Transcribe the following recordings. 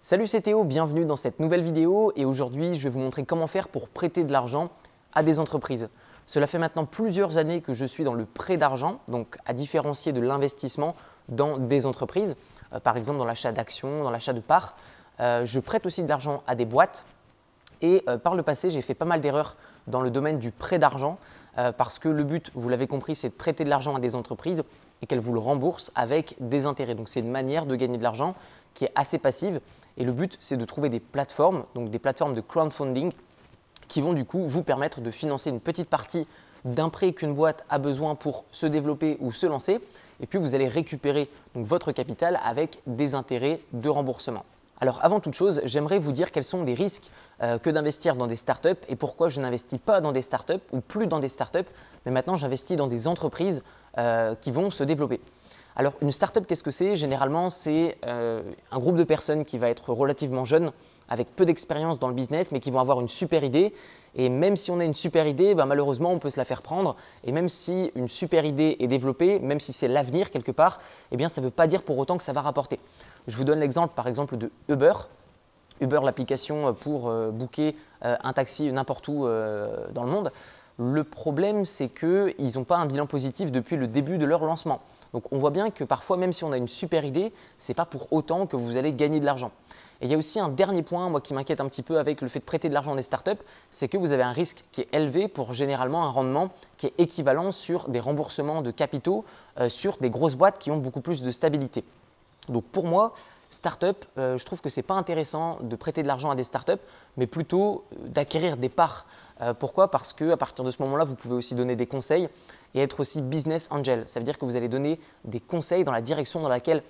Salut, c'est Théo, bienvenue dans cette nouvelle vidéo et aujourd'hui je vais vous montrer comment faire pour prêter de l'argent à des entreprises. Cela fait maintenant plusieurs années que je suis dans le prêt d'argent, donc à différencier de l'investissement dans des entreprises, par exemple dans l'achat d'actions, dans l'achat de parts. Je prête aussi de l'argent à des boîtes et par le passé j'ai fait pas mal d'erreurs dans le domaine du prêt d'argent parce que le but, vous l'avez compris, c'est de prêter de l'argent à des entreprises et qu'elles vous le remboursent avec des intérêts. Donc c'est une manière de gagner de l'argent qui est assez passive. Et le but, c'est de trouver des plateformes, donc des plateformes de crowdfunding qui vont du coup vous permettre de financer une petite partie d'un prêt qu'une boîte a besoin pour se développer ou se lancer. Et puis, vous allez récupérer donc, votre capital avec des intérêts de remboursement. Alors, avant toute chose, j'aimerais vous dire quels sont les risques que d'investir dans des startups et pourquoi je n'investis pas dans des startups ou plus dans des startups, mais maintenant j'investis dans des entreprises qui vont se développer. Alors, une startup, qu'est-ce que c'est? Généralement, c'est un groupe de personnes qui va être relativement jeune, avec peu d'expérience dans le business, mais qui vont avoir une super idée. Et même si on a une super idée, malheureusement, on peut se la faire prendre. Et même si une super idée est développée, même si c'est l'avenir quelque part, eh bien, ça ne veut pas dire pour autant que ça va rapporter. Je vous donne l'exemple, par exemple, de Uber. Uber, l'application pour booker un taxi n'importe où dans le monde. Le problème, c'est qu'ils n'ont pas un bilan positif depuis le début de leur lancement. Donc, on voit bien que parfois, même si on a une super idée, ce n'est pas pour autant que vous allez gagner de l'argent. Et il y a aussi un dernier point, moi, qui m'inquiète un petit peu avec le fait de prêter de l'argent à des startups, c'est que vous avez un risque qui est élevé pour généralement un rendement qui est équivalent sur des remboursements de capitaux sur des grosses boîtes qui ont beaucoup plus de stabilité. Donc, pour moi, startup, je trouve que ce n'est pas intéressant de prêter de l'argent à des startups, mais plutôt d'acquérir des parts. Pourquoi? Parce qu'à partir de ce moment-là, vous pouvez aussi donner des conseils et être aussi business angel. Ça veut dire que vous allez donner des conseils dans la direction dans laquelle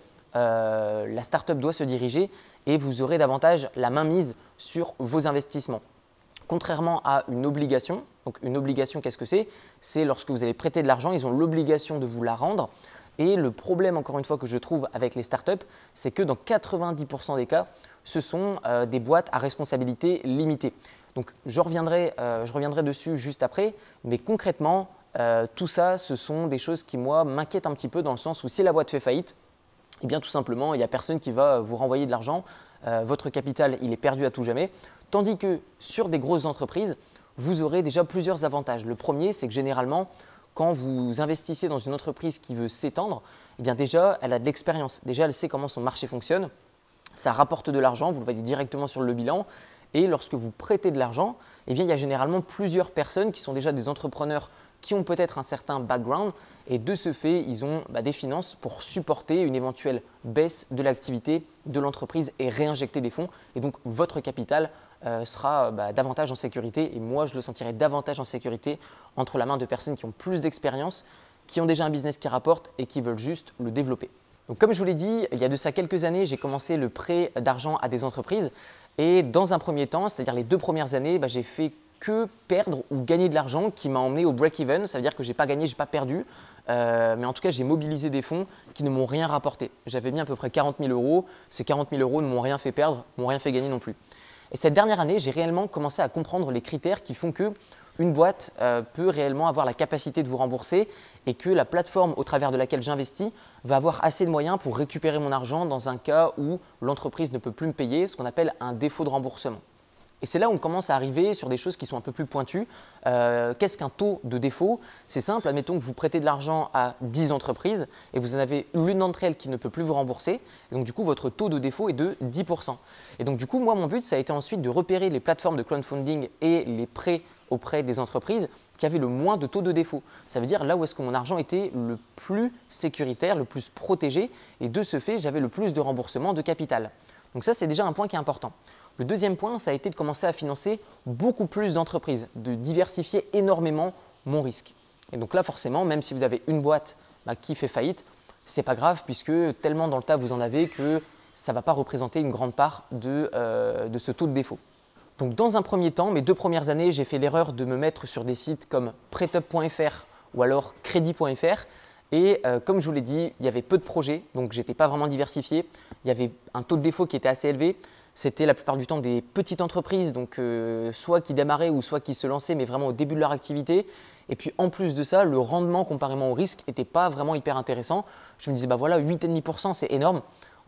la startup doit se diriger et vous aurez davantage la main mise sur vos investissements. Contrairement à une obligation, donc une obligation, qu'est-ce que c'est? C'est lorsque vous allez prêter de l'argent, ils ont l'obligation de vous la rendre. Et le problème, encore une fois, que je trouve avec les startups, c'est que dans 90% des cas, ce sont des boîtes à responsabilité limitée. Donc, je reviendrai dessus juste après, mais concrètement, tout ça, ce sont des choses qui, moi, m'inquiètent un petit peu dans le sens où si la boîte fait faillite, eh bien, tout simplement, il n'y a personne qui va vous renvoyer de l'argent. Votre capital, il est perdu à tout jamais. Tandis que sur des grosses entreprises, vous aurez déjà plusieurs avantages. Le premier, c'est que généralement, quand vous investissez dans une entreprise qui veut s'étendre, eh bien déjà, elle a de l'expérience. Déjà, elle sait comment son marché fonctionne. Ça rapporte de l'argent, vous le voyez directement sur le bilan. Et lorsque vous prêtez de l'argent, eh bien, il y a généralement plusieurs personnes qui sont déjà des entrepreneurs qui ont peut-être un certain background et de ce fait, ils ont des finances pour supporter une éventuelle baisse de l'activité de l'entreprise et réinjecter des fonds. Et donc, votre capital sera davantage en sécurité et moi, je le sentirai davantage en sécurité entre la main de personnes qui ont plus d'expérience, qui ont déjà un business qui rapporte et qui veulent juste le développer. Donc, comme je vous l'ai dit, il y a de ça quelques années, j'ai commencé le prêt d'argent à des entreprises et dans un premier temps, c'est-à-dire les 2 premières années, j'ai fait que perdre ou gagner de l'argent qui m'a emmené au break-even. Ça veut dire que je n'ai pas gagné, je n'ai pas perdu. Mais en tout cas, j'ai mobilisé des fonds qui ne m'ont rien rapporté. J'avais mis à peu près 40 000 euros. Ces 40 000 euros ne m'ont rien fait perdre, ne m'ont rien fait gagner non plus. Et cette dernière année, j'ai réellement commencé à comprendre les critères qui font qu'une boîte peut réellement avoir la capacité de vous rembourser et que la plateforme au travers de laquelle j'investis va avoir assez de moyens pour récupérer mon argent dans un cas où l'entreprise ne peut plus me payer, ce qu'on appelle un défaut de remboursement. Et c'est là où on commence à arriver sur des choses qui sont un peu plus pointues. Qu'est-ce qu'un taux de défaut? C'est simple, admettons que vous prêtez de l'argent à 10 entreprises et vous en avez l'une d'entre elles qui ne peut plus vous rembourser. Et donc du coup, votre taux de défaut est de 10%. Et donc du coup, moi, mon but, ça a été ensuite de repérer les plateformes de crowdfunding et les prêts auprès des entreprises qui avaient le moins de taux de défaut. Ça veut dire là où est-ce que mon argent était le plus sécuritaire, le plus protégé et de ce fait, j'avais le plus de remboursement de capital. Donc ça, c'est déjà un point qui est important. Le deuxième point, ça a été de commencer à financer beaucoup plus d'entreprises, de diversifier énormément mon risque. Et donc là, forcément, même si vous avez une boîte qui fait faillite, ce n'est pas grave puisque tellement dans le tas vous en avez que ça ne va pas représenter une grande part de ce taux de défaut. Donc dans un premier temps, mes 2 premières années, j'ai fait l'erreur de me mettre sur des sites comme prêtup.fr ou alors crédit.fr. Et comme je vous l'ai dit, il y avait peu de projets, donc je n'étais pas vraiment diversifié. Il y avait un taux de défaut qui était assez élevé. C'était la plupart du temps des petites entreprises, donc soit qui démarraient ou soit qui se lançaient, mais vraiment au début de leur activité. Et puis en plus de ça, le rendement comparément au risque n'était pas vraiment hyper intéressant. Je me disais, voilà, 8,5%, c'est énorme.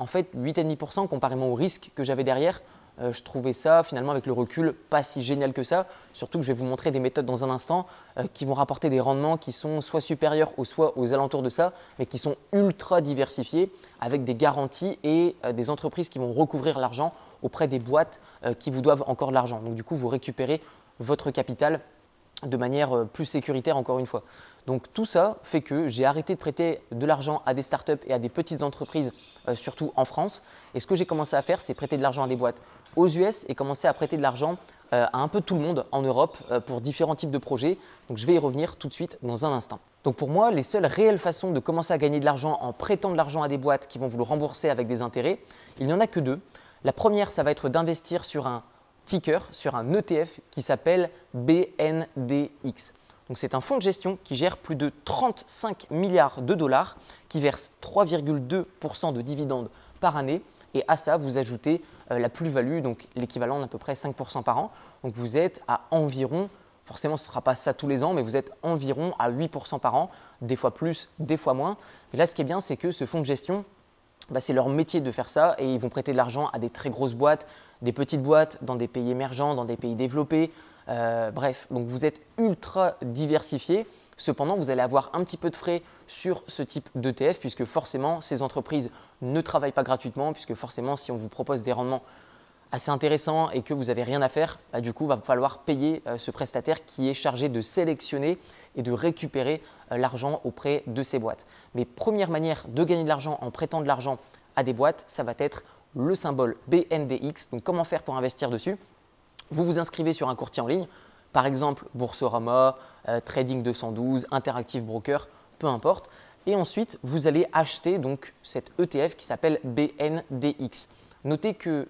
En fait, 8,5% comparément au risque que j'avais derrière, je trouvais ça finalement avec le recul pas si génial que ça. Surtout que je vais vous montrer des méthodes dans un instant qui vont rapporter des rendements qui sont soit supérieurs ou soit aux alentours de ça, mais qui sont ultra diversifiés avec des garanties et des entreprises qui vont recouvrir l'argent auprès des boîtes qui vous doivent encore de l'argent. Donc du coup, vous récupérez votre capital de manière plus sécuritaire encore une fois. Donc tout ça fait que j'ai arrêté de prêter de l'argent à des startups et à des petites entreprises, surtout en France. Et ce que j'ai commencé à faire, c'est prêter de l'argent à des boîtes aux US et commencer à prêter de l'argent à un peu tout le monde en Europe pour différents types de projets. Donc je vais y revenir tout de suite dans un instant. Donc pour moi, les seules réelles façons de commencer à gagner de l'argent en prêtant de l'argent à des boîtes qui vont vous le rembourser avec des intérêts, il n'y en a que deux. La première, ça va être d'investir sur un ticker, sur un ETF qui s'appelle BNDX. Donc c'est un fonds de gestion qui gère plus de 35 milliards de dollars, qui verse 3,2% de dividendes par année. Et à ça, vous ajoutez la plus-value, donc l'équivalent d'à peu près 5% par an. Donc vous êtes à environ, forcément ce ne sera pas ça tous les ans, mais vous êtes environ à 8% par an, des fois plus, des fois moins. Et là, ce qui est bien, c'est que ce fonds de gestion, c'est leur métier de faire ça et ils vont prêter de l'argent à des très grosses boîtes, des petites boîtes dans des pays émergents, dans des pays développés. Bref, donc vous êtes ultra diversifié. Cependant, vous allez avoir un petit peu de frais sur ce type d'ETF puisque forcément, ces entreprises ne travaillent pas gratuitement puisque forcément, si on vous propose des rendements assez intéressants et que vous n'avez rien à faire, du coup, il va falloir payer ce prestataire qui est chargé de sélectionner et de récupérer l'argent auprès de ces boîtes. Mais première manière de gagner de l'argent en prêtant de l'argent à des boîtes, ça va être le symbole BNDX. Donc, comment faire pour investir dessus? Vous vous inscrivez sur un courtier en ligne, par exemple Boursorama, Trading 212, Interactive Broker, peu importe. Et ensuite, vous allez acheter donc cet ETF qui s'appelle BNDX. Notez que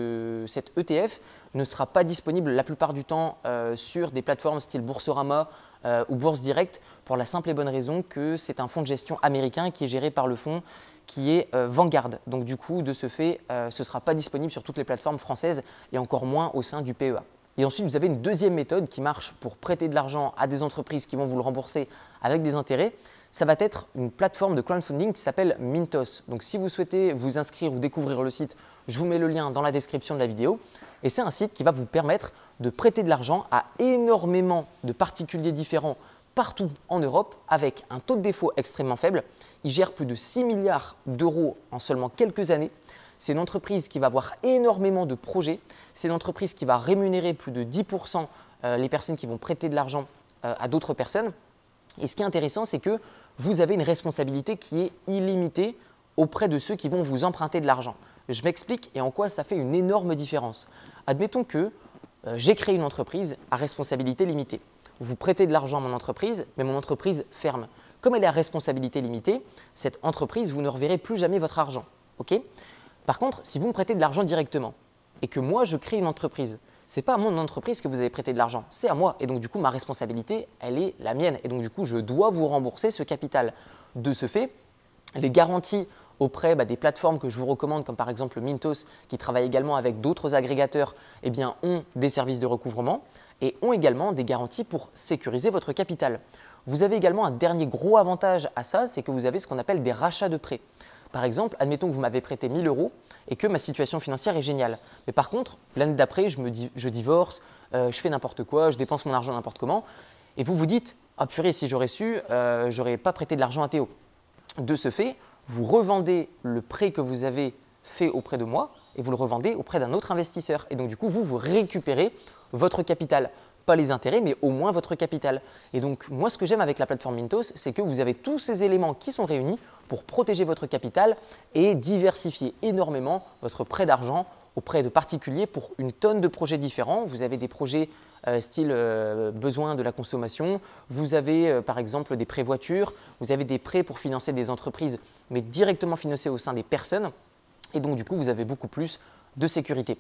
cet ETF ne sera pas disponible la plupart du temps sur des plateformes style Boursorama ou Bourse Direct pour la simple et bonne raison que c'est un fonds de gestion américain qui est géré par le fonds qui est Vanguard. Donc du coup, de ce fait, ce ne sera pas disponible sur toutes les plateformes françaises et encore moins au sein du PEA. Et ensuite, vous avez une deuxième méthode qui marche pour prêter de l'argent à des entreprises qui vont vous le rembourser avec des intérêts. Ça va être une plateforme de crowdfunding qui s'appelle Mintos. Donc si vous souhaitez vous inscrire ou découvrir le site, je vous mets le lien dans la description de la vidéo. Et c'est un site qui va vous permettre de prêter de l'argent à énormément de particuliers différents partout en Europe avec un taux de défaut extrêmement faible. Il gère plus de 6 milliards d'euros en seulement quelques années. C'est une entreprise qui va avoir énormément de projets. C'est une entreprise qui va rémunérer plus de 10% les personnes qui vont prêter de l'argent à d'autres personnes. Et ce qui est intéressant, c'est que vous avez une responsabilité qui est illimitée auprès de ceux qui vont vous emprunter de l'argent. Je m'explique et en quoi ça fait une énorme différence. Admettons que j'ai créé une entreprise à responsabilité limitée. Vous prêtez de l'argent à mon entreprise, mais mon entreprise ferme. Comme elle est à responsabilité limitée, cette entreprise, vous ne reverrez plus jamais votre argent. Okay? Par contre, si vous me prêtez de l'argent directement et que moi, je crée une entreprise, ce n'est pas à mon entreprise que vous avez prêté de l'argent, c'est à moi. Et donc, du coup, ma responsabilité, elle est la mienne. Et donc, du coup, je dois vous rembourser ce capital. De ce fait, les garanties auprès des plateformes que je vous recommande, comme par exemple Mintos, qui travaille également avec d'autres agrégateurs, eh bien, ont des services de recouvrement et ont également des garanties pour sécuriser votre capital. Vous avez également un dernier gros avantage à ça, c'est que vous avez ce qu'on appelle des rachats de prêts. Par exemple, admettons que vous m'avez prêté 1 000 € et que ma situation financière est géniale. Mais par contre, l'année d'après, je divorce, je fais n'importe quoi, je dépense mon argent n'importe comment. Et vous vous dites, ah purée, si j'aurais su, j'aurais pas prêté de l'argent à Théo. De ce fait, vous revendez le prêt que vous avez fait auprès de moi et vous le revendez auprès d'un autre investisseur. Et donc, du coup, vous récupérez votre capital. Pas les intérêts, mais au moins votre capital. Et donc, moi, ce que j'aime avec la plateforme Mintos, c'est que vous avez tous ces éléments qui sont réunis pour protéger votre capital et diversifier énormément votre prêt d'argent auprès de particuliers pour une tonne de projets différents. Vous avez des projets style besoin de la consommation, vous avez par exemple des prêts voitures, vous avez des prêts pour financer des entreprises, mais directement financés au sein des personnes. Et donc, du coup, vous avez beaucoup plus de sécurité.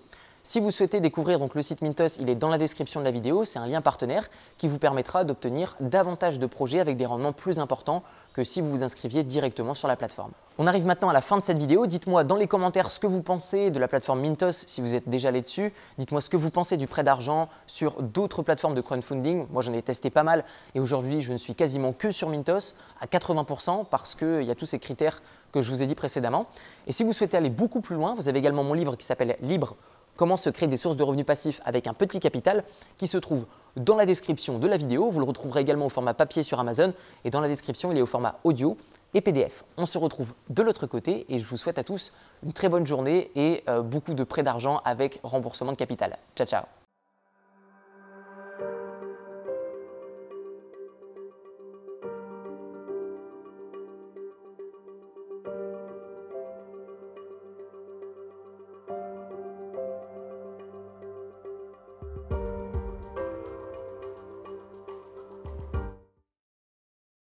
Si vous souhaitez découvrir donc le site Mintos, il est dans la description de la vidéo. C'est un lien partenaire qui vous permettra d'obtenir davantage de projets avec des rendements plus importants que si vous vous inscriviez directement sur la plateforme. On arrive maintenant à la fin de cette vidéo. Dites-moi dans les commentaires ce que vous pensez de la plateforme Mintos si vous êtes déjà allé dessus. Dites-moi ce que vous pensez du prêt d'argent sur d'autres plateformes de crowdfunding. Moi, j'en ai testé pas mal et aujourd'hui, je ne suis quasiment que sur Mintos à 80% parce qu'il y a tous ces critères que je vous ai dit précédemment. Et si vous souhaitez aller beaucoup plus loin, vous avez également mon livre qui s'appelle Libre. Comment se créer des sources de revenus passifs avec un petit capital qui se trouve dans la description de la vidéo. Vous le retrouverez également au format papier sur Amazon et dans la description, il est au format audio et PDF. On se retrouve de l'autre côté et je vous souhaite à tous une très bonne journée et beaucoup de prêts d'argent avec remboursement de capital. Ciao, ciao!